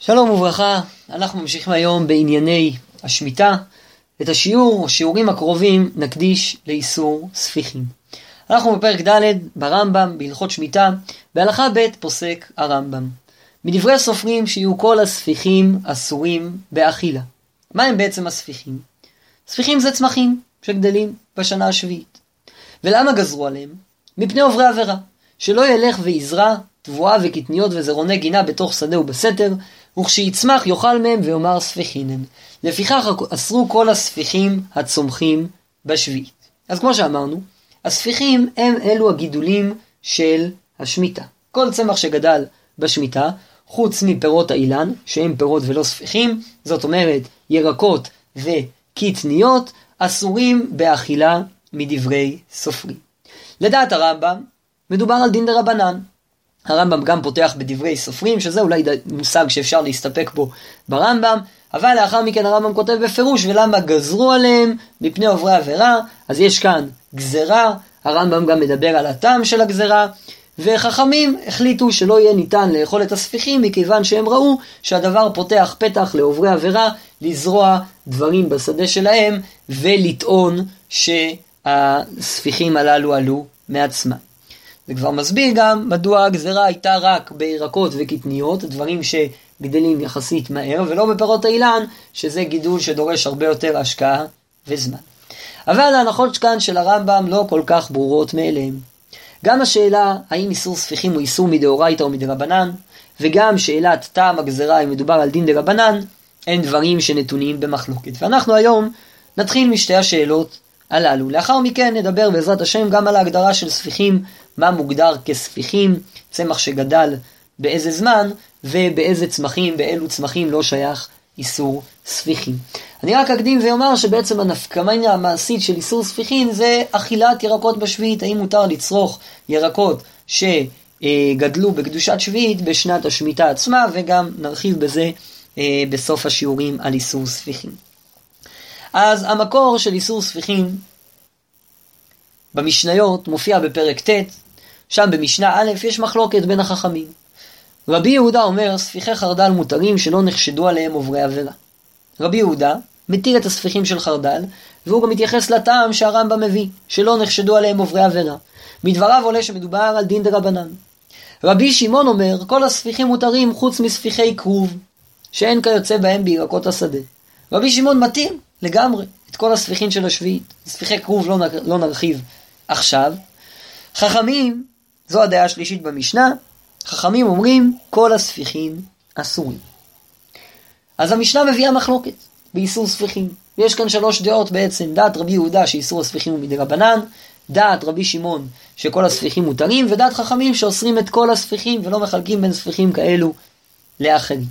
שלום וברכה, אנחנו ממשיכים היום בענייני השמיטה. את השיעורים הקרובים נקדיש לאיסור ספיחים. אנחנו בפרק ד' ברמב"ם בהלכות שמיטה, בהלכה ב' פוסק הרמב"ם. מדברי סופרים שיהיו כל הספיחים אסורים באכילה. מה הם בעצם הספיחים? ספיחים זה צמחים שגדלים בשנה השביעית. ולמה גזרו עליהם? מפני עוברי עבירה, שלא ילך ויזרע תבואה וקטניות וזרוני גינה בתוך שדה ובסתר, וכשיצמח יאכל מהם ויאמר ספיחינן. לפיכך אסרו כל הספיחים הצומחים בשביעית. אז כמו שאמרנו, הספיחים הם אלו הגידולים של השמיטה. כל צמח שגדל בשמיטה, חוץ מפירות האילן, שהם פירות ולא ספיחים, זאת אומרת ירקות וקטניות, אסורים באכילה מדברי סופרים. לדעת הרמב"ם, מדובר על דין דרבנן. הרמב"ם גם פותח בדברי סופרים, שזה אולי מושג שאפשר להסתפק בו ברמב"ם, אבל לאחר מכן הרמב"ם כותב בפירוש, ולמה גזרו עליהם מפני עוברי עבירה. אז יש כאן גזרה, הרמב"ם גם מדבר על הטעם של הגזרה, וחכמים החליטו שלא יהיה ניתן לאכול את הספיחים, מכיוון שהם ראו שהדבר פותח פתח לעוברי עבירה, לזרוע דברים בשדה שלהם, ולטעון שהספיחים הללו עלו מעצמם. זה כבר מסביר גם מדוע הגזרה הייתה רק בירקות וקטניות, דברים שגדלים יחסית מהר, ולא בפירות האילן, שזה גידול שדורש הרבה יותר השקעה וזמן. אבל ההנחות כאן של הרמב"ם לא כל כך ברורות מאליהם. גם השאלה האם איסור ספיחים הוא איסור מדאורייתא או מדרבנן, וגם שאלת טעם הגזרה אם מדובר על דין דרבנן, הן דברים שנתונים במחלוקת. ואנחנו היום נתחיל משתי השאלות הללו. לאחר מכן נדבר בעזרת השם גם על ההגדרה של ספיחים, מה מוגדר כספיחים, צמח שגדל באיזה זמן, ובאיזה צמחים, באילו צמחים לא שייך איסור ספיחים. אני רק אקדים ואומר שבעצם הנפקמנה המעשית של איסור ספיחים זה אכילת ירקות בשביעית. האם מותר לצרוך ירקות שגדלו בקדושת שביעית בשנת השמיטה עצמה, וגם נרחיב בזה בסוף השיעורים על איסור ספיחים. אז המקור של איסור ספיחים במשניות מופיע בפרק ט', שם במשנה א' יש מחלוקת בין החכמים. רבי יהודה אומר ספיחי חרדל מותרים שלא נחשדו עליהם עוברי עבירה. רבי יהודה מתיר את הספיחים של חרדל, והוא גם מתייחס לטעם שהרמב"ם מביא, שלא נחשדו עליהם עוברי עבירה. מדבריו עולה שמדובר על דין דרבנן. רבי שמעון אומר כל הספיחים מותרים חוץ מספיחי כרוב, שאין כיוצא בהם בירקות השדה. רבי שמעון מתיר לגמרי את כל הספיחים של השביעית. ספיחי כרוב לא נרחיב עכשיו. חכמים, זו הדעה השלישית במשנה, חכמים אומרים כל הספיחים אסורים. אז המשנה מביאה מחלוקת באיסור ספיחים. יש כאן שלוש דעות בעצם. דעת רבי יהודה שאיסור הספיחים הוא מדרבנן, דעת רבי שמעון שכל הספיחים מותרים, ודעת חכמים שאוסרים את כל הספיחים ולא מחלקים בין ספיחים כאלו לאחרים.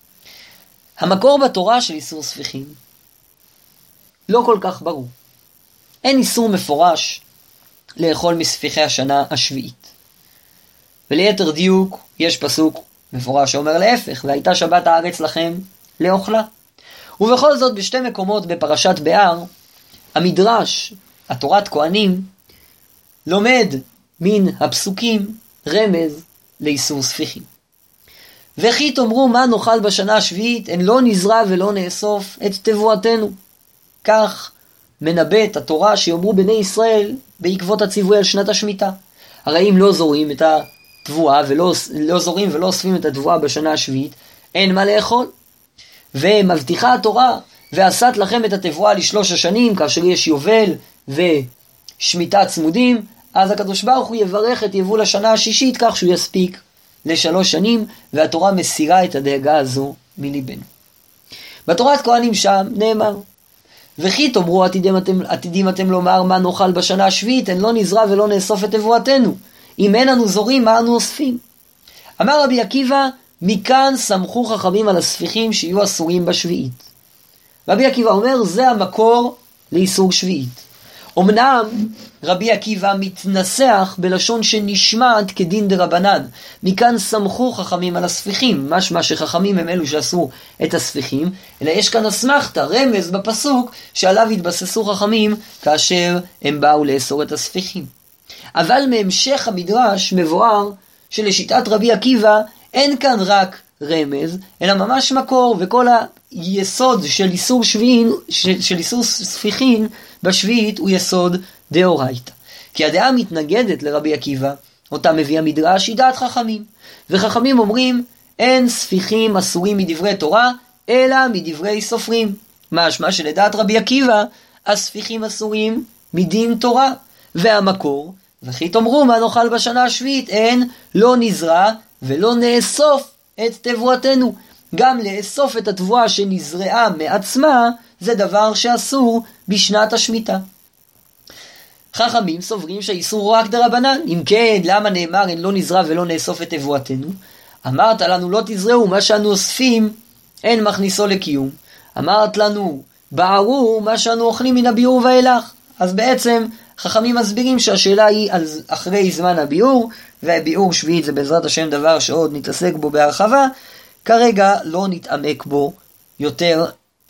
המקור בתורה של איסור ספיחים לא כל כך ברור. אין איסור מפורש לאכול מספיחי השנה השביעית. וליתר דיוק יש פסוק מפורש שאומר להפך, והייתה שבת הארץ לכם לאוכלה. ובכל זאת בשתי מקומות בפרשת בהר, המדרש, התורת כהנים, לומד מן הפסוקים רמז לאיסור ספיחים. וכי תאמרו מה נאכל בשנה השביעית, אין לא נזרע ולא נאסוף את תבואתנו. כך מנבאת התורה שיאמרו בני ישראל בעקבות הציווי על שנת השמיטה. הרי אם לא זורים את התבואה ולא זורים ולא אוספים את התבואה בשנה השביעית, אין מה לאכול. ומבטיחה התורה, ועשת לכם את התבואה לשלוש השנים, כאשר יש יובל ושמיטה צמודים, אז הקדוש ברוך הוא יברך את יבול השנה השישית, כך שהוא יספיק לשלוש שנים, והתורה מסירה את הדאגה הזו מליבנו. בתורת כהנים שם נאמר, וכי תאמרו עתידים אתם לומר מה נאכל בשנה השביעית, אין לא נזרע ולא נאסוף את תבואתנו. אם אין אנו זורים, מה אנו אוספים? אמר רבי עקיבא, מכאן סמכו חכמים על הספיחים שיהיו אסורים בשביעית. רבי עקיבא אומר, זה המקור לאיסור שביעית. אמנם רבי עקיבא מתנסח בלשון שנשמעת כדין דרבנן. מכאן סמכו חכמים על הספיחים, משמע שחכמים הם אלו שעשו את הספיחים, אלא יש כאן אסמכתא, רמז בפסוק שעליו התבססו חכמים כאשר הם באו לאסור את הספיחים. אבל מהמשך המדרש מבואר שלשיטת רבי עקיבא אין כאן רק רמז, אלא ממש מקור, וכל היסוד של איסור שביעין, של איסור ספיחין בשביעית הוא יסוד דאורייתא. כי הדעה מתנגדת לרבי עקיבא, אותה מביא המדרש, היא דעת חכמים. וחכמים אומרים, אין ספיחים אסורים מדברי תורה, אלא מדברי סופרים. משמע שלדעת רבי עקיבא, הספיחים אסורים מדין תורה. והמקור, וכי תאמרו מה נאכל בשנה השביעית, אין לא נזרע ולא נאסוף את תבואתנו. גם לאסוף את התבואה שנזרעה מעצמה, זה דבר שאסור בשנת השמיטה. חכמים סוברים שהאיסור הוא רק דרבנן. אם כן, למה נאמר אין לא נזרע ולא נאסוף את תבואתנו? אמרת לנו לא תזרעו, מה שאנו אוספים אין מכניסו לקיום. אמרת לנו בערו, מה שאנו אוכלים מן הביאור ואילך. אז בעצם חכמים מסבירים שהשאלה היא אחרי זמן הביאור, והביאור שביעית זה בעזרת השם דבר שעוד נתעסק בו בהרחבה. כרגע לא נתעמק בו יותר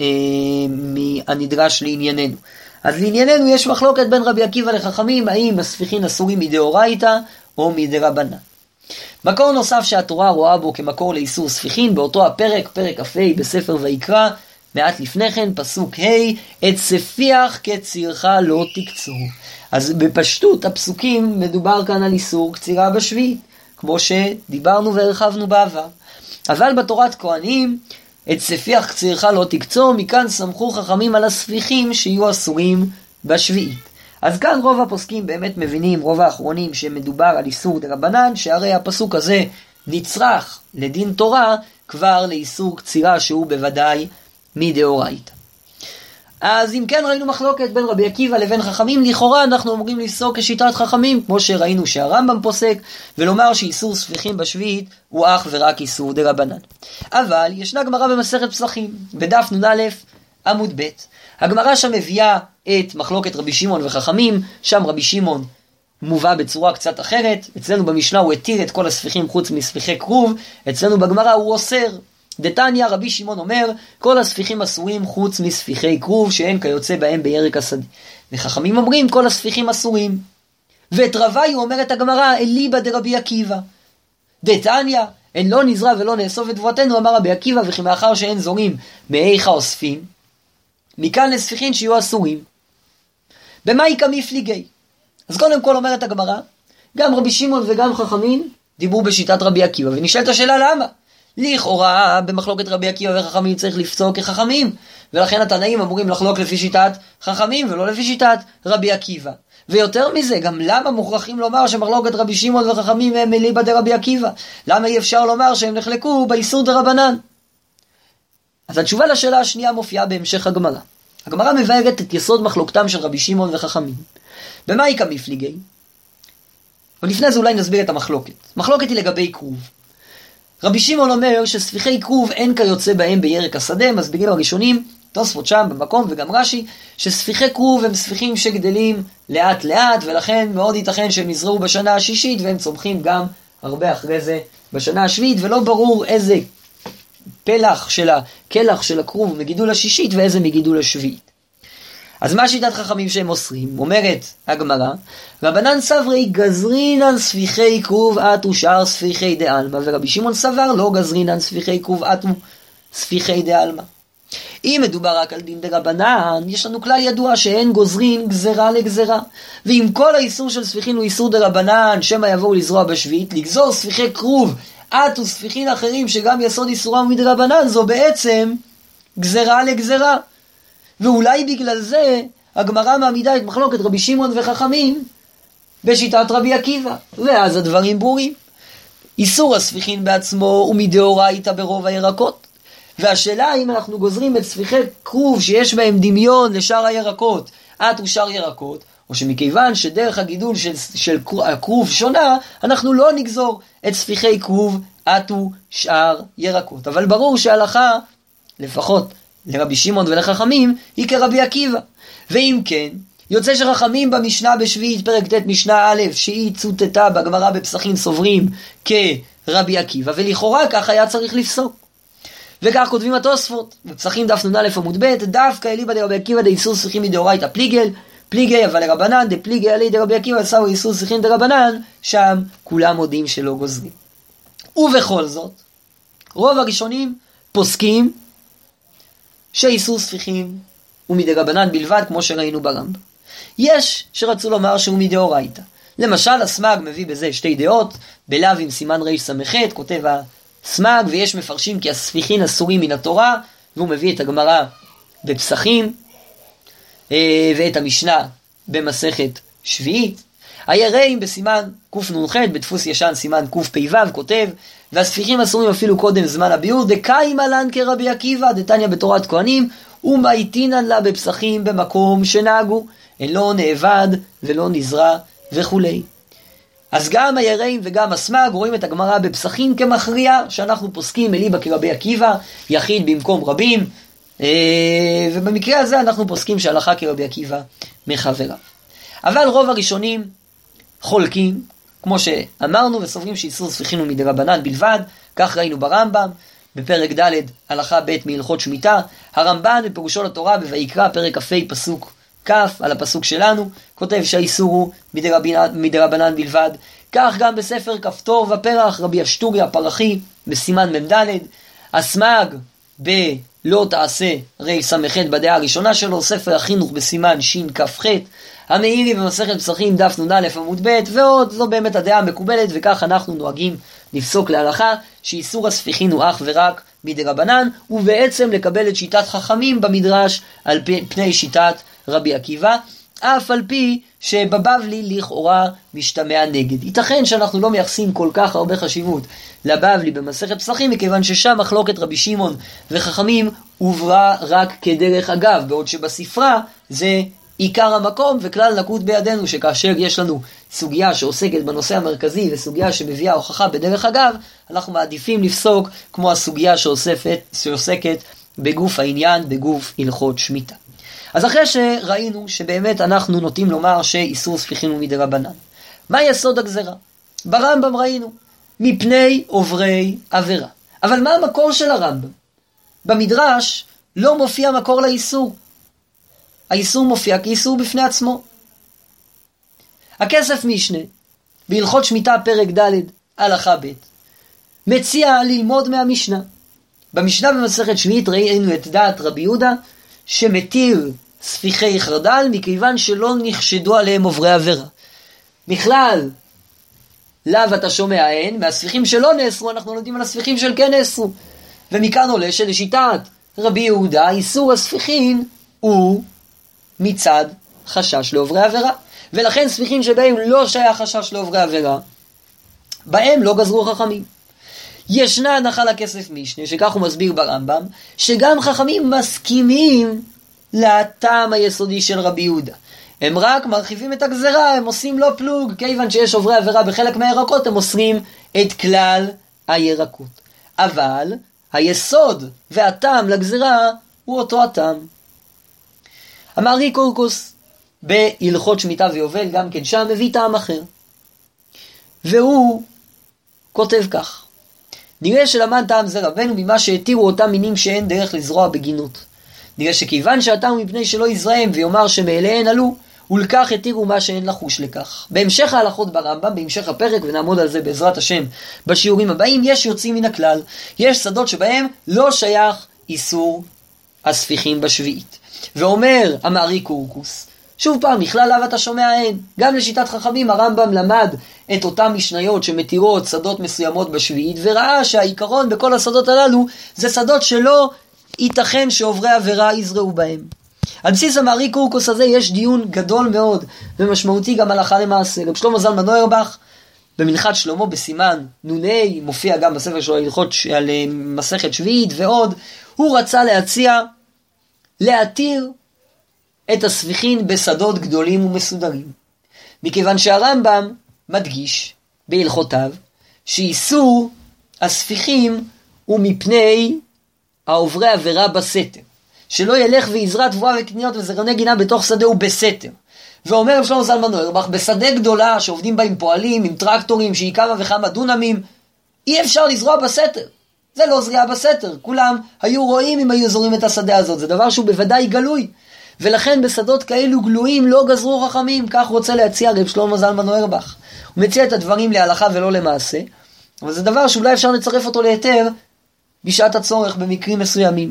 מהנדרש לענייננו. אז לענייננו יש מחלוקת בין רבי עקיבא לחכמים, האם הספיחין אסורים מדאורייתא או מדרבנן. מקור נוסף שהתורה רואה בו כמקור לאיסור ספיחין, באותו הפרק, פרק כ"ה בספר ויקרא, מעט לפני כן, פסוק ה', את ספיח כצירך לא תקצור. אז בפשטות הפסוקים מדובר כאן על איסור קצירה בשביעית, כמו שדיברנו והרחבנו בעבר. אבל בתורת כהנים, את ספיח קצירך לא תקצור, מכאן סמכו חכמים על הספיחים שיהיו אסורים בשביעית. אז כאן רוב הפוסקים באמת מבינים, רוב האחרונים, שמדובר על איסור דרבנן, שהרי הפסוק הזה נצרך לדין תורה כבר לאיסור קצירה שהוא בוודאי מדאורייתא. אז אם כן ראינו מחלוקת בין רבי עקיבא לבין חכמים, לכאורה אנחנו אמורים לפסוק כשיטת חכמים, כמו שראינו שהרמב"ם פוסק, ולומר שאיסור ספיחים בשביעית הוא אך ורק איסור דרבנן. אבל ישנה גמרא במסכת פסחים, בדף נ"א עמוד ב'. הגמרא שם מביאה את מחלוקת רבי שמעון וחכמים, שם רבי שמעון מובא בצורה קצת אחרת, אצלנו במשנה הוא התיר את כל הספיחים חוץ מספיחי כרוב, אצלנו בגמרא הוא אוסר. דתניא רבי שמעון אומר, כל הספיחים אסורים חוץ מספיחי כרוב, שאין כיוצא בהם בירק השדה. וחכמים אומרים, כל הספיחים אסורים. ואת רבי הוא אומר את הגמרא, אליבא דרבי עקיבא. דתניא, אין לא נזרע ולא נאסוף את תבואתנו, אמר רבי עקיבא, וכי מאחר שאין זורים מאיכה אוספים, מכאן לספיחין שיהיו אסורים. במה יקא מפליגי? אז קודם כל אומרת הגמרא, גם רבי שמעון וגם חכמים דיברו בשיטת רבי עקיבא, ונשאלת השאלה למה? לכאורה במחלוקת רבי עקיבא וחכמים צריך לפסוק כחכמים, ולכן התנאים אמורים לחלוק לפי שיטת חכמים ולא לפי שיטת רבי עקיבא. ויותר מזה, גם למה מוכרחים לומר שמחלוקת רבי שמעון וחכמים הם אליבא דרבי עקיבא? למה אי אפשר לומר שהם נחלקו באיסור דרבנן? אז התשובה לשאלה השנייה מופיעה בהמשך הגמרא. הגמרא מבארת את יסוד מחלוקתם של רבי שמעון וחכמים. במה יקא מפליגי? ולפני זה אולי נסביר את המחלוקת. מחלוקת היא לגבי כרוב. רבי שמעון אומר שספיחי כרוב אין כיוצא בהם בירק השדה, מסבירים הראשונים, תוספות שם במקום וגם רש"י, שספיחי כרוב הם ספיחים שגדלים לאט לאט, ולכן מאוד ייתכן שהם נזרעו בשנה השישית, והם צומחים גם הרבה אחרי זה בשנה השביעית, ולא ברור איזה פלח של הכלח של הכרוב מגידול השישית ואיזה מגידול השביעית. אז מה שיטת חכמים שהם אוסרים? אומרת הגמרא, רבנן סברי גזרינן ספיחי כרוב אתו שאר ספיחי דעלמא, ורבי שמעון סבר לא גזרינן ספיחי כרוב אתו ספיחי דעלמא. אם מדובר רק על דין דרבנן, יש לנו כלל ידוע שאין גוזרין גזרה לגזרה, ואם כל האיסור של ספיחין הוא איסור דרבנן, שמא יבואו לזרוע בשביעית, לגזור ספיחי כרוב אתו ספיחין אחרים שגם יסוד איסורם מדרבנן, זו בעצם גזרה לגזרה. ואולי בגלל זה הגמרא מעמידה את מחלוקת רבי שמעון וחכמים בשיטת רבי עקיבא, ואז הדברים ברורים. איסור הספיחין בעצמו הוא מדאורייתא ברוב הירקות, והשאלה האם אנחנו גוזרים את ספיחי כרוב שיש בהם דמיון לשאר הירקות עד ושאר ירקות, או שמכיוון שדרך הגידול של הכרוב שונה, אנחנו לא נגזור את ספיחי כרוב עד ושאר ירקות. אבל ברור שההלכה, לפחות לרבי שמעון ולחכמים, היא כרבי עקיבא. ואם כן, יוצא שחכמים במשנה בשביעית פרק ט' משנה א', שהיא צוטטה בגמרא בפסחים סוברים כרבי עקיבא, ולכאורה כך היה צריך לפסוק. וכך כותבים התוספות בפסחים דף נ"א עמוד ב', דווקא אליבא דרבי עקיבא דאיסור ספיחין מדאורייתא פליגי, אבל לרבנן דפליגי עלי דרבי עקיבא סברו איסור ספיחין דרבנן, שם כולם מודים שלא גוזרים. ובכל זאת רוב הראשונים פוסקים שאיסור ספיחין הוא מדרבנן בלבד, כמו שראינו ברמב"ם. יש שרצו לומר שהוא מדאורייתא. למשל, הסמ"ג מביא בזה שתי דעות, בלאו עם סימן רס"ח, כותב הסמ"ג, ויש מפרשים כי הספיחין אסורים מן התורה, והוא מביא את הגמרא בפסחים, ואת המשנה במסכת שביעית. היראים בסימן קנ"ח, בדפוס ישן סימן קפ"ו, כותב, והספיחים אסורים אפילו קודם זמן הביאור, דקאימא לן כרבי עקיבא, דתניא בתורת כהנים, ומאיתינן לה בפסחים במקום שנהגו, אין לא נאבד ולא נזרע וכו'. אז גם היראים וגם הסמ"ג רואים את הגמרא בפסחים כמכריע, שאנחנו פוסקים אליבא כרבי עקיבא, יחיד במקום רבים, ובמקרה הזה אנחנו פוסקים שהלכה כרבי עקיבא מחבריו. אבל רוב הראשונים חולקים, כמו שאמרנו, וסוברים שאיסור ספיחין הוא מדרבנן בלבד. כך ראינו ברמב"ם בפרק ד' הלכה ב' מהלכות שמיטה. הרמב"ן בפירושו לתורה בויקרא פרק כ"ה פסוק כ' על הפסוק שלנו כותב שהאיסור הוא מדרבנן בלבד. כך גם בספר כפתור ופרח רבי אשטורי הפרחי בסימן מ"ד. הסמ"ג בלא תעשה רס"ח בדעה הראשונה שלו, ספר החינוך בסימן שכ"ח, המאירי במסכת פסחים דף נ"א עמוד ב' ועוד. זו באמת הדעה המקובלת, וכך אנחנו נוהגים לפסוק להלכה שאיסור הספיחין הוא אך ורק מדרבנן, ובעצם לקבל את שיטת חכמים במדרש על פני שיטת רבי עקיבא, אף על פי שבבבלי לכאורה משתמע נגד. ייתכן שאנחנו לא מייחסים כל כך הרבה חשיבות לבבלי במסכת פסחים, מכיוון ששם מחלוקת רבי שמעון וחכמים הוברה רק כדרך אגב, בעוד שבספרה זה עיקר המקום, וכלל נקוט בידינו שכאשר יש לנו סוגיה שעוסקת בנושא המרכזי וסוגיה שמביאה הוכחה בדרך אגב, אנחנו מעדיפים לפסוק כמו הסוגיה שעוסקת בגוף העניין, בגוף הלכות שמיטה. אז אחרי שראינו שבאמת אנחנו נוטים לומר שאיסור ספיחין הוא מדרבנן, מה יסוד הגזרה? ברמב"ם ראינו מפני עוברי עבירה. אבל מה המקור של הרמב"ם? במדרש לא מופיע מקור לאיסור. האיסור מופיע כאיסור בפני עצמו. הכסף משנה בהלכות שמיטה פרק ד' הלכה ב' מציע ללמוד מהמשנה. במשנה במסכת שביעית ראינו את דעת רבי יהודה שמתיר ספיחי חרדל מכיוון שלא נחשדו עליהם עוברי עבירה. בכלל לאו אתה שומע אין, מהספיחים שלא נאסרו אנחנו לומדים על הספיחים של כן נאסרו, ומכאן עולה שלשיטת רבי יהודה איסור הספיחין הוא מצד חשש לעוברי עבירה, ולכן ספיחים שבהם לא שייך חשש לעוברי עבירה בהם לא גזרו חכמים. ישנה הנחה לכסף משנה, שכך הוא מסביר ברמב"ם, שגם חכמים מסכימים לטעם היסודי של רבי יהודה. הם רק מרחיבים את הגזרה, הם עושים לו פלוג, כיוון שיש עוברי עבירה בחלק מהירקות, הם אוסרים את כלל הירקות. אבל היסוד והטעם לגזרה הוא אותו הטעם. המארי קורקוס בהלכות שמיטה ויובל, גם כן שם מביא טעם אחר. והוא כותב כך: נראה שלמד טעם זה רבנו ממה שהתירו אותם מינים שאין דרך לזרוע בגינות. נראה שכיוון שהטעם הוא מפני שלא יזרעם ויאמר שמאליהן עלו, ולכך התירו מה שאין לחוש לכך. בהמשך ההלכות ברמב"ם, בהמשך הפרק, ונעמוד על זה בעזרת השם בשיעורים הבאים, יש יוצאים מן הכלל. יש שדות שבהם לא שייך איסור הספיחים בשביעית. ואומר המארי קורקוס, שוב פעם, מכלל לאו אתה שומע אין. גם לשיטת חכמים הרמב"ם למד את אותם משניות שמתירות שדות מסוימות בשביעית, וראה שהעיקרון בכל השדות הללו זה שדות שלא ייתכן שעוברי עבירה יזרעו בהם. על בסיס המארי קורקוס הזה יש דיון גדול מאוד ומשמעותי גם הלכה למעשה. רב שלמה זלמן אוירבך במנחת שלמה בסימן נ"ה, מופיע גם בספר שלו הלכות על מסכת שביעית ועוד, הוא רצה להציע להתיר את הספיחין בשדות גדולים ומסודרים, מכיוון שהרמב"ם מדגיש בהלכותיו שאיסור הספיחים הוא מפני העוברי עבירה בסתר, שלא ילך ויזרע תבואה וקניות וזרעי גינה בתוך שדה ובסתר. ואומר רב שלמה זלמן אוירבך, בשדה גדולה שעובדים בה עם פועלים, עם טרקטורים, שהיא כמה וכמה דונמים, אי אפשר לזרוע בסתר. זה לא זריעה בסתר. כולם היו רואים אם היו זורים את השדה הזאת. זה דבר שהוא בוודאי גלוי. ולכן בשדות כאלו גלויים לא גזרו חכמים. כך רוצה להציע רב שלמה זלמן אוירבך. הוא מציע את הדברים להלכה ולא למעשה. אבל זה דבר שאולי אפשר לצרף אותו להיתר בשעת הצורך במקרים מסוימים.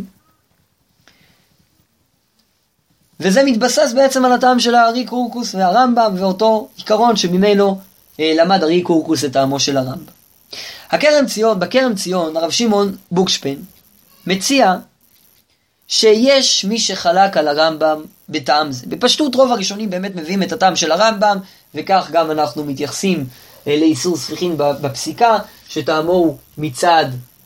וזה מתבסס בעצם על הטעם של הארי קורקוס והרמב"ם, ואותו עיקרון שממנו למד הארי קורקוס את טעמו של הרמב"ם. בכרם ציון, הרב שמעון בוקשפן מציע שיש מי שחלק על הרמב"ם בטעם זה. בפשטות רוב הראשונים באמת מביאים את הטעם של הרמב"ם, וכך גם אנחנו מתייחסים לאיסור ספיחין בפסיקה, שטעמו הוא מצד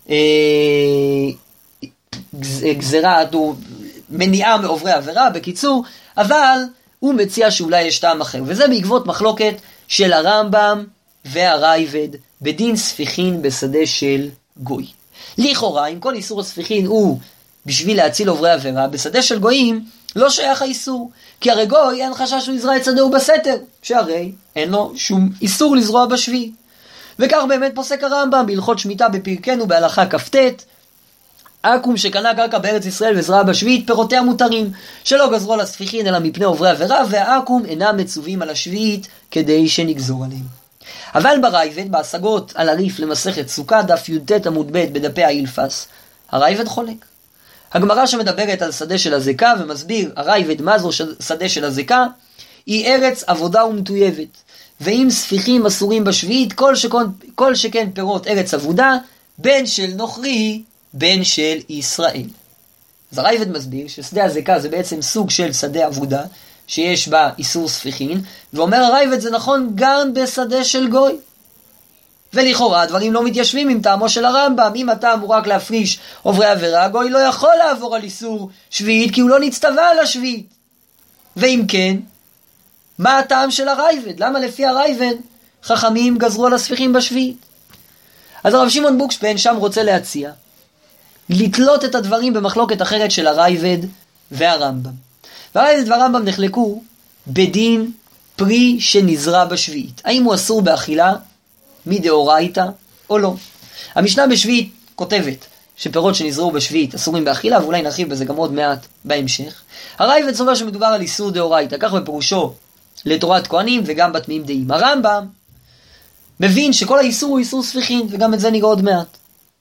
גזירה, מניעה מעוברי עבירה, בקיצור, אבל הוא מציע שאולי יש טעם אחר, וזה בעקבות מחלוקת של הרמב"ם והרייבד בדין ספיחין בשדה של גוי. לכאורה, אם כל איסור הספיחין הוא בשביל להציל עוברי עבירה, בשדה של גויים לא שייך האיסור, כי הרי גוי אין חשש שהוא יזרע את שדהו בסתר, שהרי אין לו שום איסור לזרוע בשביעית. וכך באמת פוסק הרמב"ם בהלכות שמיטה בפרקנו בהלכה כ"ט, עכו"ם שקנה קרקע בארץ ישראל וזרע בשביעית, פירותיה מותרים, שלא גזרו על הספיחין אלא מפני עוברי עבירה, והעכו"ם אינם מצווים על השביעית כדי שנגזור עליהם. אבל ברייבד, בהשגות על הריף למסכת סוכה, דף י"ט עמוד ב' בדפי האילפס, הרייבד חולק. הגמרא שמדברת על שדה של הזקה ומסביר הרייבד מה זו שדה של הזקה, היא ארץ עבודה ומטויבת, ואם ספיחים אסורים בשביעית, כל שכן פירות ארץ עבודה, בין של נוכרי בין של ישראל. אז הרייבד מסביר ששדה הזקה זה בעצם סוג של שדה עבודה שיש בה איסור ספיחין, ואומר הרייבד זה נכון גם בשדה של גוי. ולכאורה הדברים לא מתיישבים עם טעמו של הרמב"ם. אם אתה אמור רק להפריש עוברי עבירה, גוי לא יכול לעבור על איסור שביעית כי הוא לא נצטווה על השביעית. ואם כן, מה הטעם של הרייבד? למה לפי הרייבד חכמים גזרו על הספיחים בשביעית? אז הרב שמעון בוקשפן שם רוצה להציע לתלות את הדברים במחלוקת אחרת של הרייבד והרמב"ם. והרייבד והרמב"ם נחלקו בדין פרי שנזרע בשביעית. האם הוא אסור באכילה מדאורייתא או לא? המשנה בשביעית כותבת שפירות שנזרעו בשביעית אסורים באכילה, ואולי נרחיב בזה גם עוד מעט בהמשך. הרייבד סובר שמדובר על איסור דאורייתא, כך בפירושו לתורת כהנים וגם בתמימים דעים. הרמב"ם מבין שכל האיסור הוא איסור ספיחין, וגם את זה נראה עוד מעט.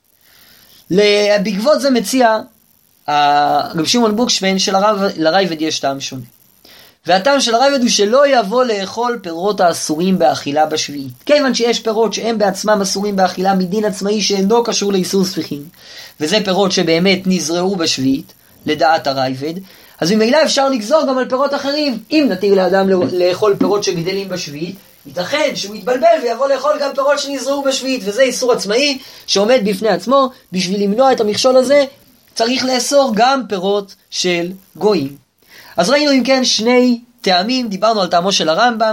בעקבות זה מציע רב שמעון בוקשפן שלרייבד יש טעם שונה. והטעם של הרייבד הוא שלא יבוא לאכול פירות האסורים באכילה בשביעית. כיוון שיש פירות שהם בעצמם אסורים באכילה מדין עצמאי שאינו קשור לאיסור ספיחין, וזה פירות שבאמת נזרעו בשביעית, לדעת הרייבד, אז ממילא אפשר לגזור גם על פירות אחרים. אם נתיר לאדם לאכול פירות שגדלים בשביעית, ייתכן שהוא יתבלבל ויבוא לאכול גם פירות שנזרעו בשביעית, וזה איסור עצמאי שעומד בפני עצמו. בשביל למנוע את המכשול הזה צריך לאסור גם פירות של גויים. אז ראינו אם כן שני טעמים. דיברנו על טעמו של הרמב"ם,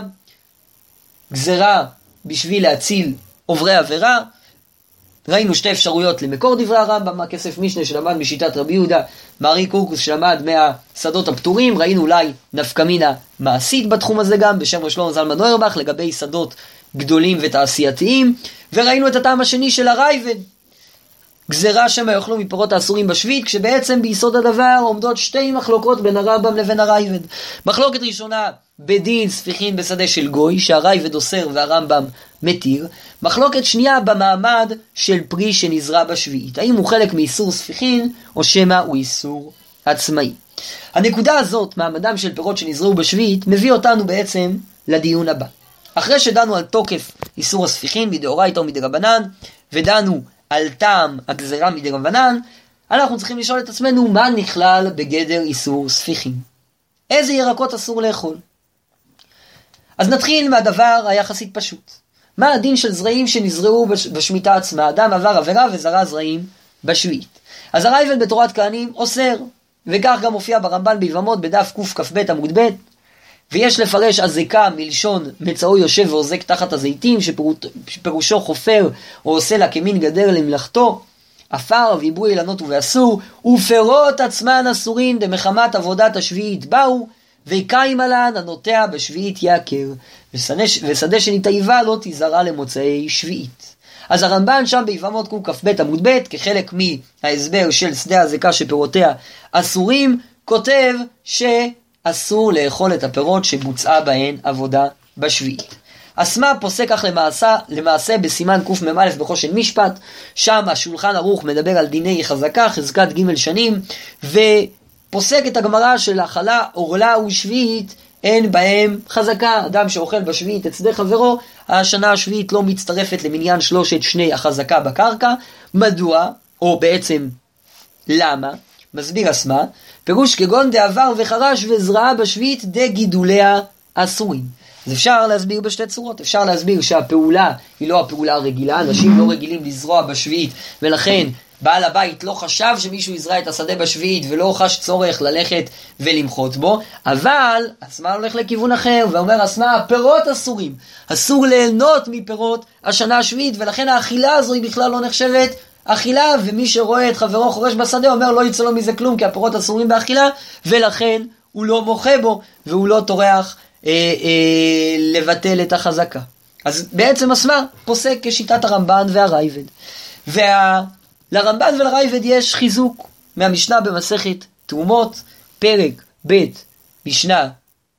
גזרה בשביל להציל עוברי עבירה. ראינו שתי אפשרויות למקור דברי הרמב"ם, הכסף משנה שלמד משיטת רבי יהודה, מהארי קורקוס שלמד מהשדות הפטורים. ראינו אולי נפקמינה מעשית בתחום הזה גם בשם רב שלמה זלמן אוירבך לגבי שדות גדולים ותעשייתיים. וראינו את הטעם השני של הרייבד, גזרה שמא יאכלו מפירות האסורים בשביעית, כשבעצם ביסוד הדבר עומדות שתי מחלוקות בין הרמב"ם לבין הרייבד. מחלוקת ראשונה בדין ספיחין בשדה של גוי, שהרייבד אוסר והרמב"ם מתיר. מחלוקת שנייה במעמד של פרי שנזרע בשביעית, האם הוא חלק מאיסור ספיחין או שמא הוא איסור עצמאי. הנקודה הזאת, מעמדם של פירות שנזרעו בשביעית, מביא אותנו בעצם לדיון הבא. אחרי שדנו על תוקף איסור הספיחין מדאורייתא או מדרבנן, ודנו על טעם הגזרה מדרבנן, אנחנו צריכים לשאול את עצמנו מה נכלל בגדר איסור ספיחין. איזה ירקות אסור לאכול? אז נתחיל מהדבר היחסית פשוט. מה הדין של זרעים שנזרעו בשמיטה עצמה? אדם עבר עבירה וזרע זרעים בשביעית. אז הרייבד בתורת כהנים אוסר, וכך גם מופיע ברמב"ן ביבמות בדף קכ"ב עמוד ב', ויש לפרש הזקה מלשון מצאו יושב ועוזק תחת הזיתים, שפירושו חופר או עושה לה כמין גדר למלאכתו, אפר ועיבוי אילנות ובאסור, ופירות עצמן אסורין דמחמת עבודת השביעית באו, וקיים עלן הנוטע בשביעית יעקר, ושדה שנתאיבה לא תזרע למוצאי שביעית. אז הרמב"ן שם ביבמות קכ"ב עמוד ב' כחלק מההסבר של שדה הזקה שפירותיה אסורים, כותב שאסור לאכול את הפירות שבוצעה בהן עבודה בשביעית. אסמה פוסק כך למעשה בסימן קמ"א בחושן משפט, שם השולחן ערוך מדבר על דיני חזקה, חזקת ג' שנים, ופוסק את הגמרא של אכלה, עורלה ושביעית, אין בהם חזקה. אדם שאוכל בשביעית את שדה חברו, השנה השביעית לא מצטרפת למניין שלושת שני החזקה בקרקע. מדוע? או בעצם למה? מסביר אסמה, פירוש כגון דעבר וחרש וזרעה בשביעית דגידוליה אסורים. אז אפשר להסביר בשתי צורות. אפשר להסביר שהפעולה היא לא הפעולה הרגילה, אנשים לא רגילים לזרוע בשביעית, ולכן בעל הבית לא חשב שמישהו יזרע את השדה בשביעית, ולא חש צורך ללכת ולמחות בו. אבל אסמה הולך לכיוון אחר, ואומר אסמה, הפירות אסורים, אסור ליהנות מפירות השנה השביעית, ולכן האכילה הזו היא בכלל לא נחשבת אכילה, ומי שרואה את חברו חורש בשדה אומר לא יצא לו מזה כלום, כי הפירות אסורים באכילה, ולכן הוא לא מוחה בו, והוא לא טורח לבטל את החזקה. אז בעצם אסמה פוסק כשיטת הרמב"ן והרייבד. לרמב"ן ולרייבד יש חיזוק מהמשנה במסכת תרומות, פרק ב' משנה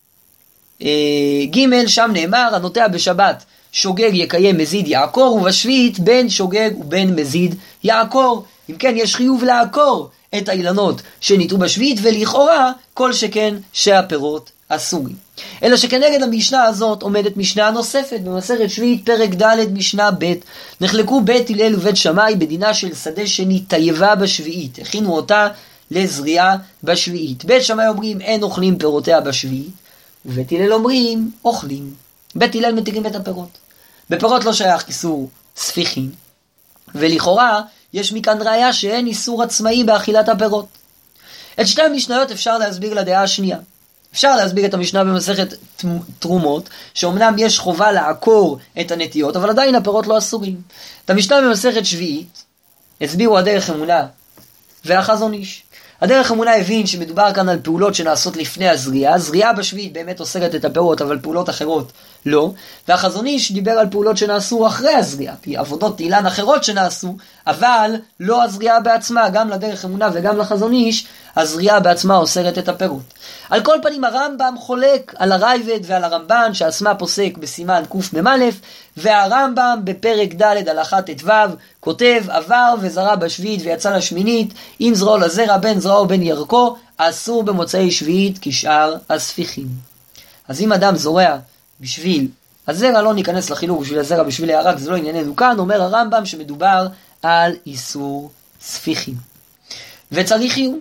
ג', שם נאמר, הנוטע בשבת שוגג יקיים מזיד יעקור, ובשביעית בין שוגג ובין מזיד יעקור. אם כן, יש חיוב לעקור את האילנות שניטעו בשביעית, ולכאורה כל שכן שהפירות אסורים. אלא שכנגד המשנה הזאת עומדת משנה נוספת במסכת שביעית פרק ד' משנה ב'. נחלקו בית הלל ובית שמאי בדינה של שדה שנתייבה בשביעית, הכינו אותה לזריעה בשביעית. בית שמאי אומרים אין אוכלים פירותיה בשביעית, ובית הלל אומרים אוכלים. בית הלל מתירים את הפירות. בפירות לא שייך איסור ספיחין, ולכאורה יש מכאן ראיה שאין איסור עצמאי באכילת הפירות. את שתי המשניות אפשר להסביר לדעה השנייה. אפשר להסביר את המשנה במסכת תרומות, שאומנם יש חובה לעקור את הנטיות, אבל עדיין הפירות לא אסורים. את המשנה במסכת שביעית הסבירו הדרך אמונה והחזון איש. הדרך אמונה הבין שמדובר כאן על פעולות שנעשות לפני הזריעה. הזריעה בשביעית באמת אוסרת את הפירות, אבל פעולות אחרות לא. והחזון איש דיבר על פעולות שנעשו אחרי הזריעה, עבודות אילן אחרות שנעשו, אבל לא הזריעה בעצמה. גם לדרך אמונה וגם לחזון איש הזריעה בעצמה אוסרת את הפירות. על כל פנים הרמב"ם חולק על הרייבד ועל הרמב"ן, שאסמה פוסק בסימן קמ"א, והרמב"ם בפרק ד' הלכה ט"ו כותב עבר וזרע בשביעית ויצא לשמינית, אם זרעו לזרע בין זרעו בין ירקו, אסור במוצאי שביעית כשאר הספיחים. אז אם אדם זורע בשביל הזרע, לא ניכנס לחילוק בשביל הזרע בשביל הירק, זה לא ענייננו כאן. אומר הרמב"ם שמדובר על איסור ספיחים וצריך חיוב.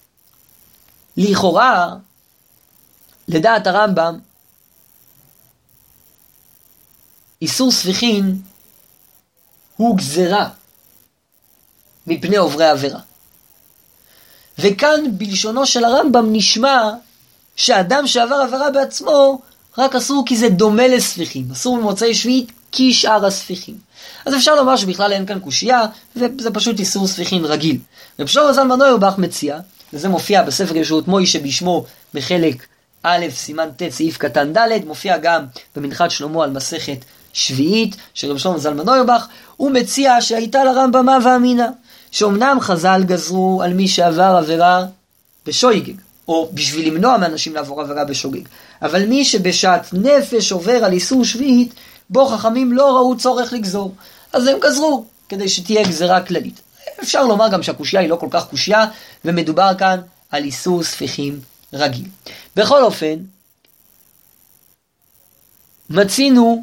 לכאורה לדעת הרמב"ם איסור ספיחין הוא גזרה מפני עוברי עבירה. וכאן בלשונו של הרמב"ם נשמע שאדם שעבר עבירה בעצמו רק אסור כי זה דומה לספיחין, אסור במוצאי שביעית כשאר הספיחין. אז אפשר לומר שבכלל אין כאן קושייה, וזה פשוט איסור ספיחין רגיל. רב שלמה זלמן אוירבך מציע, וזה מופיע בספר ישועות מוישה בשמו בחלק א' סימן ט' סעיף קטן ד', מופיע גם במנחת שלמה על מסכת שביעית של רב שלמה זלמן אוירבך. הוא מציע שהייתה לרמב"ם הווה אמינא, שאומנם חז"ל גזרו על מי שעבר עבירה בשויגג, או בשביל למנוע מאנשים לעבור עבירה בשוגג, אבל מי שבשעת נפש עובר על איסור שביעית, בו חכמים לא ראו צורך לגזור, אז הם גזרו כדי שתהיה גזרה כללית. אפשר לומר גם שהקושייה היא לא כל כך קושייה, ומדובר כאן על איסור ספיחים רגיל. בכל אופן, מצינו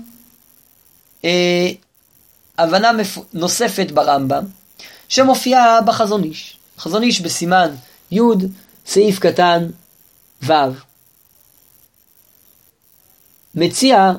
הבנה נוספת ברמב"ם, שמופיעה בחזון איש. חזון איש בסימן י' סעיף קטן ו' מציע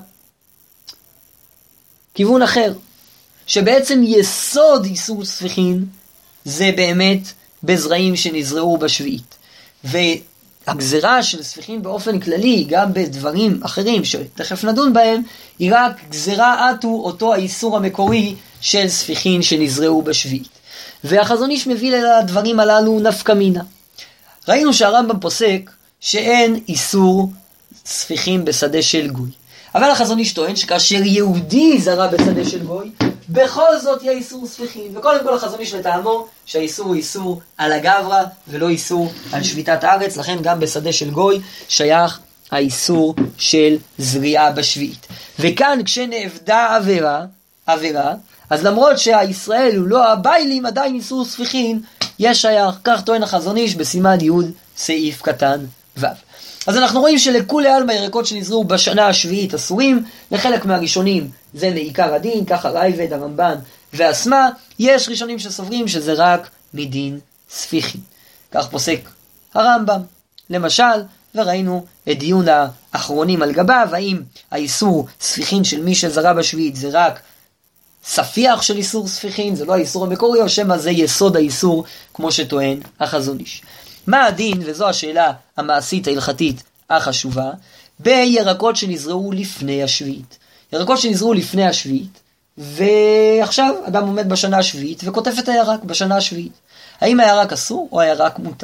כיוון אחר, שבעצם יסוד איסור ספיחין זה באמת בזרעים שנזרעו בשביעית. והגזרה של ספיחין באופן כללי, גם בדברים אחרים שתכף נדון בהם, היא רק גזרה עטו אותו האיסור המקורי של ספיחין שנזרעו בשביעית. והחזון איש מביא לדברים הללו נפקא מינה. ראינו שהרמב"ם פוסק שאין איסור ספיחים בשדה של גוי. אבל החזון איש טוען שכאשר יהודי זרע בשדה של גוי, בכל זאת יהיה איסור ספיחים. וקודם כל החזון איש לטעמו שהאיסור הוא איסור על הגברא ולא איסור על שביתת הארץ, לכן גם בשדה של גוי שייך האיסור של זריעה בשביעית. וכאן כשנאבדה עבירה, אז למרות שהישראל הוא לא הביילים, עדיין איסור ספיחין יש שייך. כך טוען החזון איש בסימן י' סעיף קטן ו'. אז אנחנו רואים שלכולי עלמא ירקות שנזרעו בשנה השביעית אסורים, לחלק מהראשונים זה לעיקר הדין, ככה ראיבד, הרמב"ן והסמה. יש ראשונים שסוברים שזה רק מדין ספיחין, כך פוסק הרמב"ם למשל, וראינו את דיון האחרונים על גביו, האם האיסור ספיחין של מי שזרע בשביעית זה רק ספיח של איסור ספיחין, זה לא האיסור המקורי, או שמה זה יסוד האיסור כמו שטוען החזון איש. מה הדין, וזו השאלה המעשית ההלכתית החשובה, בירקות שנזרעו לפני השביעית. ירקות שנזרעו לפני השביעית, ועכשיו אדם עומד בשנה השביעית וכותב את הירק בשנה השביעית. האם הירק אסור או הירק מותר?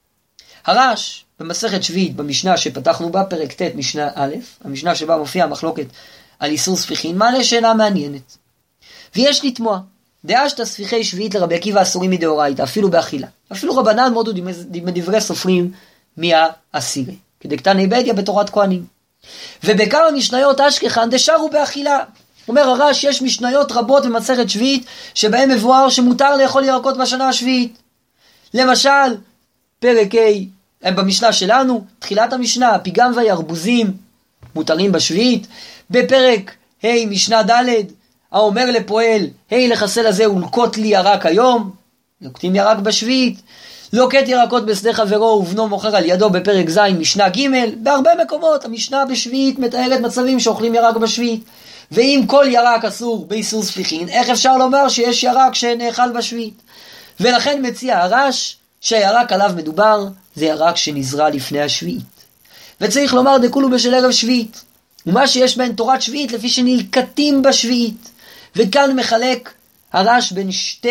הרש במסכת שביעית במשנה שפתחנו בה, פרק ט' משנה א', המשנה שבה מופיעה המחלוקת על איסור ספיחין, מעלה שאלה מעניינת. ויש לתמוע, דאשתא ספיחי שביעית לרבי עקיבא אסורים מדאורייתא, אפילו באכילה. אפילו רבנן מודו מדברי סופרים מהאסירי, כדקתני בדיא בתורת כהנים. ובכמה משניות אשכחן דשארו באכילה. אומר הרש, יש משניות רבות במסכת שביעית שבהם מבואר שמותר לאכול ירקות בשנה השביעית. למשל, פרק ה' במשנה שלנו, תחילת המשנה, הפיגם והירבוזים מותרים בשביעית. בפרק ה' משנה ד', האומר לפועל, לחסל הזה ולקוט לי ירק היום, לוקטים ירק בשביעית. לוקט ירקות בשדה חברו ובנו מוכר על ידו בפרק ז' משנה ג'. בהרבה מקומות המשנה בשביעית מתארת מצבים שאוכלים ירק בשביעית. ואם כל ירק אסור באיסור ספיחין, איך אפשר לומר שיש ירק שנאכל בשביעית? ולכן מציע הרש שהירק עליו מדובר זה ירק שנזרע לפני השביעית. וצריך לומר דכולו בשל ערב שביעית, ומה שיש בהן תורת שביעית לפי שנלקטים בשביעית. וכאן מחלק הרש בין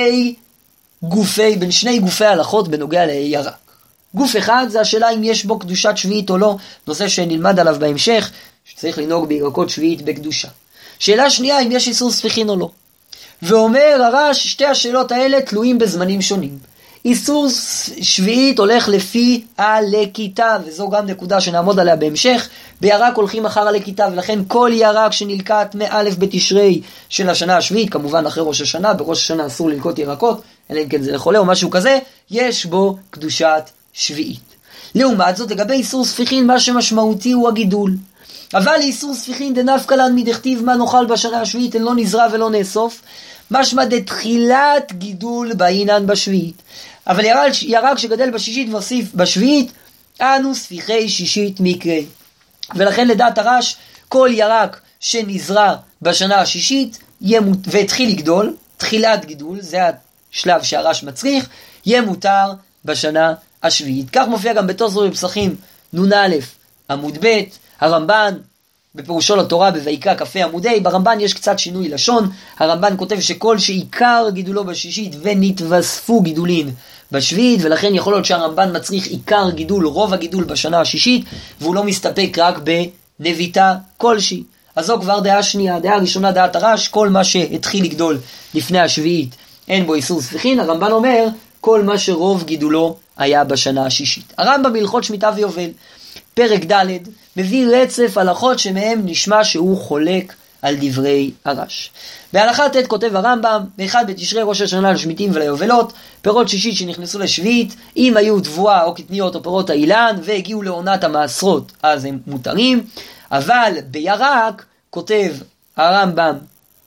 שני גופי הלכות בנוגע לירק. גוף אחד זה השאלה אם יש בו קדושת שביעית או לא, נושא שנלמד עליו בהמשך, שצריך לנהוג בירקות שביעית בקדושה. שאלה שנייה אם יש איסור ספיחין או לא. ואומר הרש, שתי השאלות האלה תלויים בזמנים שונים. איסור שביעית הולך לפי הלקיטה, וזו גם נקודה שנעמוד עליה בהמשך. בירק הולכים אחר הלקיטה, ולכן כל ירק שנלקט מאלף בתשרי של השנה השביעית, כמובן אחרי ראש השנה, בראש השנה אסור ללקוט ירקות, אלא אם כן זה לחולה או משהו כזה, יש בו קדושת שביעית. לעומת זאת, לגבי איסור ספיחין, מה שמשמעותי הוא הגידול. אבל איסור ספיחין דנפקא לן מדכתיב מה נאכל בשנה השביעית, אין לא נזרע ולא נאסוף, משמע דתחילת גידול בעינן בשביעית. אבל ירק שגדל בשישית והוסיף בשביעית, אנו ספיחי שישית מקרה. ולכן לדעת הרש, כל ירק שנזרע בשנה השישית והתחיל לגדול, תחילת גידול, זה השלב שהרש מצריך, יהיה מותר בשנה השביעית. כך מופיע גם בתוספות בפסחים נ"א עמוד ב', הרמב"ן בפירושו לתורה בויקרא כ"ה עמוד ה', ברמב"ן יש קצת שינוי לשון. הרמב"ן כותב שכל שעיקר גידולו בשישית ונתווספו גידולין בשביעית, ולכן יכול להיות שהרמב"ן מצריך עיקר גידול, רוב הגידול בשנה השישית, והוא לא מסתפק רק בנביטה כלשהי. אז זו כבר דעה שנייה. דעה ראשונה, דעת הרש, כל מה שהתחיל לגדול לפני השביעית אין בו איסור ספיחין. הרמב"ן אומר כל מה שרוב גידולו היה בשנה השישית. הרמב"ם בהלכות שמיטה ויובל פרק ד' מביא רצף הלכות שמהם נשמע שהוא חולק על דברי הרש. בהלכה ט' כותב הרמב"ם, באחד בתשרי ראש השנה לשמיטים וליובלות, פירות שישית שנכנסו לשביעית, אם היו תבואה או קטניות או פירות האילן והגיעו לעונת המעשרות, אז הם מותרים. אבל בירק כותב הרמב"ם,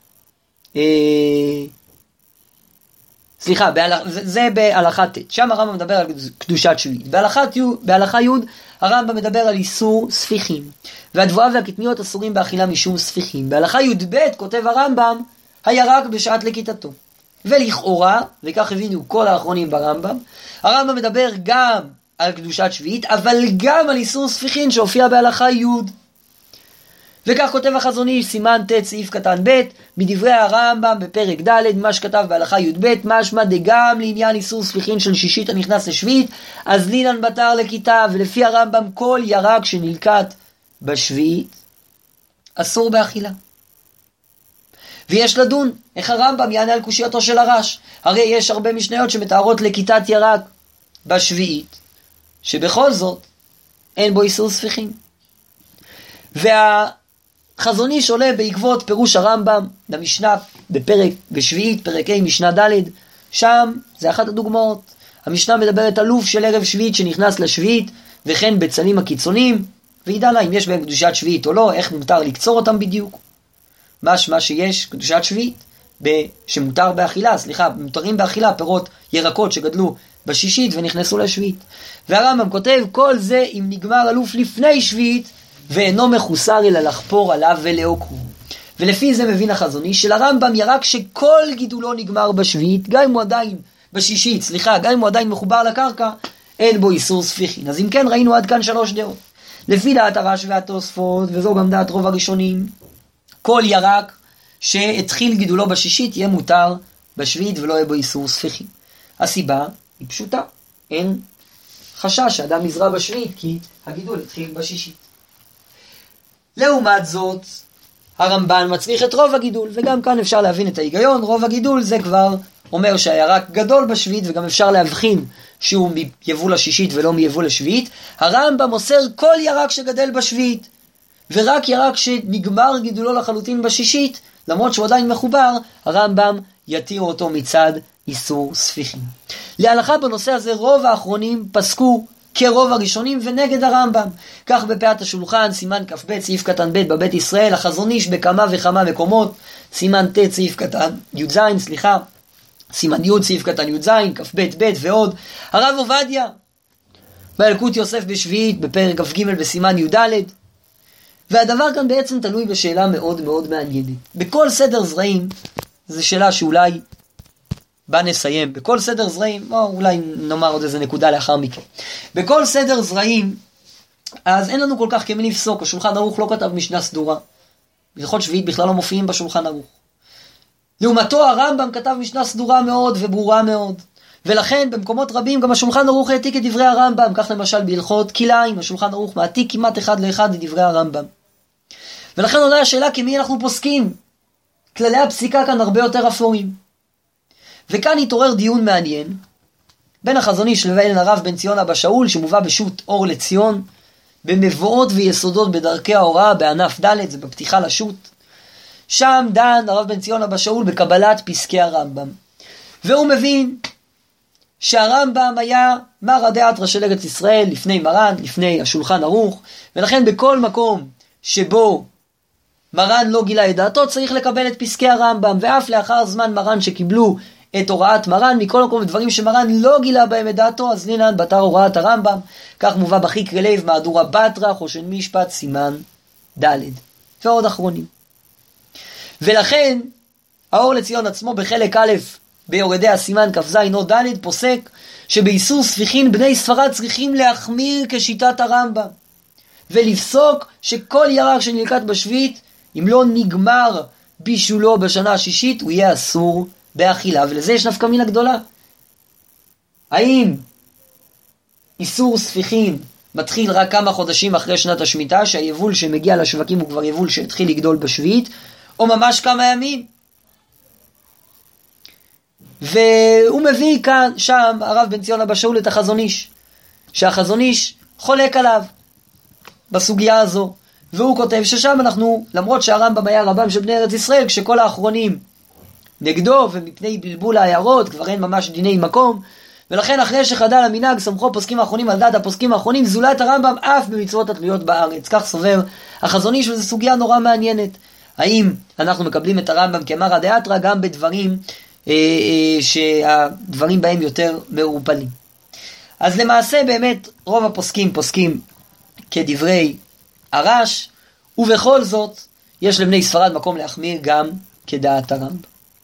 זה בהלכה ט', שם הרמב"ם מדבר על קדושת שביעית. בהלכה י' הרמב"ם מדבר על איסור ספיחים, והתבואה והקטניות אסורים באכילה משום ספיחים. בהלכה י"ב כותב הרמב"ם, הירק בשעת לקיטתו. ולכאורה, וכך הבינו כל האחרונים ברמב"ם, הרמב"ם מדבר גם על קדושת שביעית, אבל גם על איסור ספיחין שהופיע בהלכה י'. וכך כותב החזון איש, סימן ט' סעיף קטן ב', מדברי הרמב"ם בפרק ד', מה שכתב בהלכה י"ב, משמע דגם לעניין איסור ספיחין של שישית הנכנס לשביעית, אז לינן בתר לקיטה, ולפי הרמב"ם כל ירק שנלקט בשביעית אסור באכילה. ויש לדון איך הרמב"ם יענה על קושייתו של הרש. הרי יש הרבה משניות שמתארות לקיטת ירק בשביעית, שבכל זאת אין בו איסור ספיחין. חזון איש עולה בעקבות פירוש הרמב"ם למשנה בפרק בשביעית, פרק ה' משנה ד', שם זה אחת הדוגמאות. המשנה מדברת על לוף של ערב שביעית שנכנס לשביעית, וכן בצלים הקיצוניים, וידע לה אם יש בהם קדושת שביעית או לא, איך מותר לקצור אותם בדיוק. משמע שיש קדושת שביעית, שמותר באכילה, מותרים באכילה פירות ירקות שגדלו בשישית ונכנסו לשביעית. והרמב"ם כותב, כל זה אם נגמר הלוף לפני שביעית, ואינו מחוסר אלא לחפור עליו ולעוקרו. ולפי זה מבין החזון איש שלרמב"ם ירק שכל גידולו נגמר בשביעית, גם אם הוא עדיין בשישית, גם אם הוא עדיין מחובר לקרקע, אין בו איסור ספיחין. אז אם כן ראינו עד כאן 3 דעות. לפי דעת הרש והתוספות, וזו גם דעת רוב הראשונים, כל ירק שהתחיל גידולו בשישית יהיה מותר בשביעית ולא יהיה בו איסור ספיחין. הסיבה היא פשוטה, אין חשש שאדם יזרע בשביעית כי הגידול התחיל בשישית. לעומת זאת, הרמב"ן מצריך את רוב הגידול, וגם כאן אפשר להבין את ההיגיון. רוב הגידול זה כבר אומר שהירק גדול בשביעית, וגם אפשר להבחין שהוא מיבול השישית ולא מיבול השביעית. הרמב"ם מוסר כל ירק שגדל בשביעית, ורק ירק שנגמר גידולו לחלוטין בשישית, למרות שהוא עדיין מחובר, הרמב"ם יתיר אותו מצד איסור ספיחין. להלכה בנושא הזה רוב האחרונים פסקו כרוב הראשונים ונגד הרמב"ם. כך בפאת השולחן, סימן כ"ב סעיף קטן ב' בבית ישראל, החזון איש בכמה וכמה מקומות, סימן ט' סעיף קטן י"ז, סימן י' סעיף קטן י"ז, כ"ב ב' ועוד. הרב עובדיה בילקוט יוסף בשביעית בפרק כ"ג בסימן י"ד. והדבר כאן בעצם תלוי בשאלה מאוד מאוד מעניינת. בכל סדר זרעים, זו שאלה שאולי בה נסיים. בכל סדר זרעים, אולי נאמר עוד איזה נקודה לאחר מכן. בכל סדר זרעים, אז אין לנו כל כך כמי לפסוק. השולחן ערוך לא כתב משנה סדורה. הלכות שביעית בכלל לא מופיעים בשולחן ערוך. לעומתו הרמב"ם כתב משנה סדורה מאוד וברורה מאוד. ולכן במקומות רבים גם השולחן ערוך העתיק את דברי הרמב"ם. כך למשל בהלכות כלאיים, השולחן ערוך מעתיק כמעט אחד לאחד את דברי הרמב"ם. ולכן עולה השאלה כמי אנחנו פוסקים. כללי הפסיקה כאן הרבה יותר אפורים. וכאן התעורר דיון מעניין בין החזון איש לבין הרב בן ציון אבא שאול, שמובא בשו"ת אור לציון, במבואות ויסודות בדרכי ההוראה בענף ד', זה בפתיחה לשו"ת. שם דן הרב בן ציון אבא שאול בקבלת פסקי הרמב"ם. והוא מבין שהרמב"ם היה מרא דאתרא של ארץ ישראל לפני מרן, לפני השולחן ערוך, ולכן בכל מקום שבו מרן לא גילה את דעתו צריך לקבל את פסקי הרמב"ם, ואף לאחר זמן מרן שקיבלו את הוראת מרן, מכל מקום דברים שמרן לא גילה בהם את דעתו, אז נינן בתר הוראת הרמב"ם. כך מובא בחיקרי לב מהדורה בתרא, חושן משפט סימן ד' ועוד אחרונים. ולכן האור לציון עצמו בחלק א' ביורדי הסימן כ"ז או ד' פוסק שבאיסור ספיחין בני ספרד צריכים להחמיר כשיטת הרמב"ם, ולפסוק שכל ירק שנלקט בשביעית, אם לא נגמר בישולו בשנה השישית, הוא יהיה אסור באכילה. ולזה יש נפקא מינה גדולה. האם איסור ספיחין מתחיל רק כמה חודשים אחרי שנת השמיטה, שהיבול שמגיע לשווקים הוא כבר יבול שהתחיל לגדול בשביעית, או ממש כמה ימים? והוא מביא כאן, שם, הרב בן ציון אבא שאול את החזון איש, שהחזון איש חולק עליו בסוגיה הזו, והוא כותב ששם אנחנו, למרות שהרמב"ם היה רבם של בני ארץ ישראל, כשכל האחרונים נגדו ומפני בלבול העיירות כבר אין ממש דיני מקום, ולכן אחרי שחדל המנהג סמכו פוסקים האחרונים על דעת הפוסקים האחרונים, זולת הרמב"ם אף במצוות התלויות בארץ. כך סובר החזון איש, וזו סוגיה נורא מעניינת. האם אנחנו מקבלים את הרמב"ם כמרא דאתרא גם בדברים שהדברים בהם יותר מעורפלים? אז למעשה באמת רוב הפוסקים פוסקים כדברי הרש, ובכל זאת יש לבני ספרד מקום להחמיר גם כדעת הרמב"ם.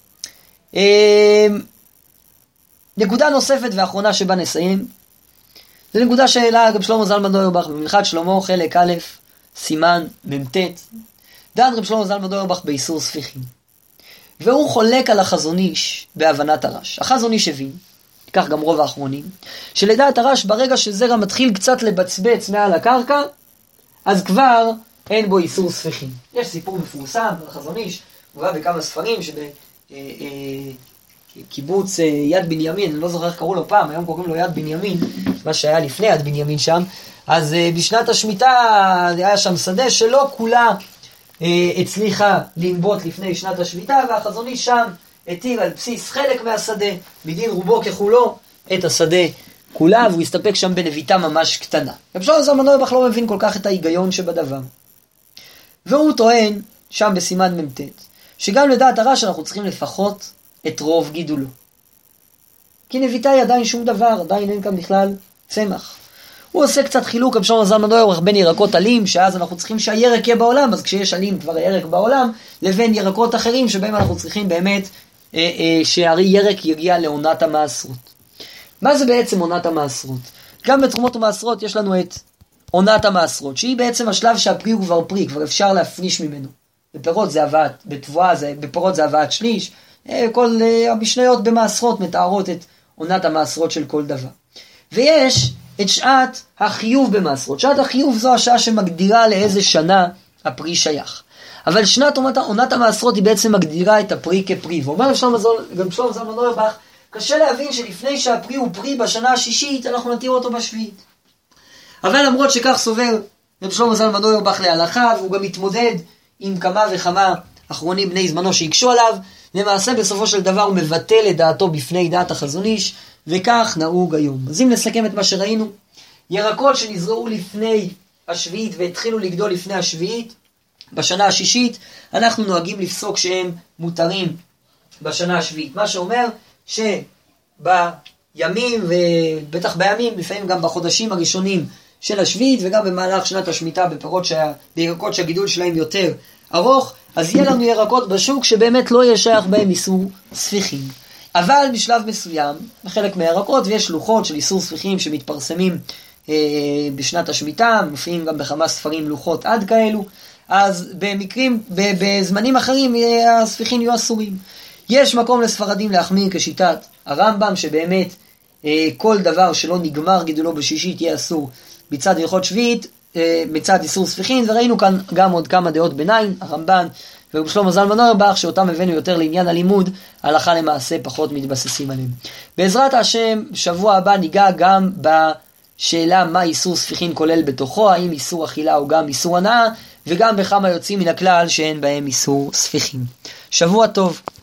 נקודה נוספת ואחרונה שבה נסיים, זו נקודה שהעלה גם שלמה זלמן אוירבך במלכת שלמה חלק א' סימן מ"ט. דן רב שלמה זלמן אוירבך באיסור ספיחין, והוא חולק על החזון איש בהבנת הרש. החזון איש הבין, כך גם רוב האחרונים, שלדעת הרש ברגע שזרע מתחיל קצת לבצבץ מעל הקרקע, אז כבר אין בו איסור ספיחין. יש סיפור מפורסם על החזון איש, הוא בא בכמה ספרים קיבוץ יד בנימין, אני לא זוכר איך קראו לו פעם, היום קוראים לו יד בנימין, מה שהיה לפני יד בנימין שם. אז בשנת השמיטה היה שם שדה שלא כולה הצליחה לנבוט לפני שנת השביתה, והחזון איש שם התיר על בסיס חלק מהשדה, מדין רובו ככולו, את השדה כולה, והוא הסתפק שם בנביטה ממש קטנה. רבי שלמה זלמן אוירבך לא מבין כל כך את ההיגיון שבדבר. והוא טוען, שם בסימן מ"ט, שגם לדעת הרש אנחנו צריכים לפחות את רוב גידולו. כי נביטה היא עדיין שום דבר, עדיין אין כאן בכלל צמח. הוא עושה קצת חילוק, רבי שלמה זלמן אוירבך, בין ירקות עלים, שאז אנחנו צריכים שהירק יהיה בעולם, אז כשיש עלים כבר הירק בעולם, לבין ירקות אחרים שבהם אנחנו צריכים באמת שהירק יגיע לעונת המעשרות. מה זה בעצם עונת המעשרות? גם בתרומות ומעשרות יש לנו את עונת המעשרות, שהיא בעצם השלב שהפרי הוא כבר פרי, כבר אפשר להפריש ממנו. בפירות זה הבאת, בפירות זה הבאת שליש, כל המשניות במעשרות מתארות את עונת המעשרות של כל דבר. ויש את שעת החיוב במעשרות. שעת החיוב זו השעה שמגדירה לאיזה שנה הפרי שייך. אבל שנת עונת המעשרות היא בעצם מגדירה את הפרי כפרי. ואומר גם שלמה זלמן אוירבך, קשה להבין שלפני שהפרי הוא פרי בשנה השישית, אנחנו נתיר אותו בשביעית. אבל למרות שכך סובר רב שלמה זלמן אוירבך להלכה, והוא גם מתמודד עם כמה וכמה אחרונים בני זמנו שיקשו עליו, למעשה בסופו של דבר הוא מבטל את דעתו בפני דעת החזון איש, וכך נהוג היום. אז אם נסכם את מה שראינו, ירקות שנזרעו לפני השביעית והתחילו לגדול לפני השביעית, בשנה השישית, אנחנו נוהגים לפסוק שהם מותרים בשנה השביעית. מה שאומר שבימים, ובטח בימים, לפעמים גם בחודשים הראשונים של השביעית, וגם במהלך שנת השמיטה בירקות שהגידול שלהם יותר ארוך, אז יהיה לנו ירקות בשוק שבאמת לא יהיה שייך בהם איסור ספיחים. אבל בשלב מסוים, בחלק מהירקות, ויש לוחות של איסור ספיחים שמתפרסמים בשנת השמיטה, מופיעים גם בכמה ספרים לוחות עד כאלו, אז בזמנים אחרים הספיחים יהיו אסורים. יש מקום לספרדים להחמיר כשיטת הרמב"ם, שבאמת כל דבר שלא נגמר גידולו בשישית יהיה אסור מצד הלכות שביעית, מצד איסור ספיחין, וראינו כאן גם עוד כמה דעות ביניים, הרמב"ן ורבי שלמה זלמן אוירבך, שאותם הבאנו יותר לעניין הלימוד, הלכה למעשה פחות מתבססים עליהם. בעזרת השם, שבוע הבא ניגע גם בשאלה מה איסור ספיחין כולל בתוכו, האם איסור אכילה או גם איסור הנאה, וגם בכמה יוצאים מן הכלל שאין בהם איסור ספיחין. שבוע טוב.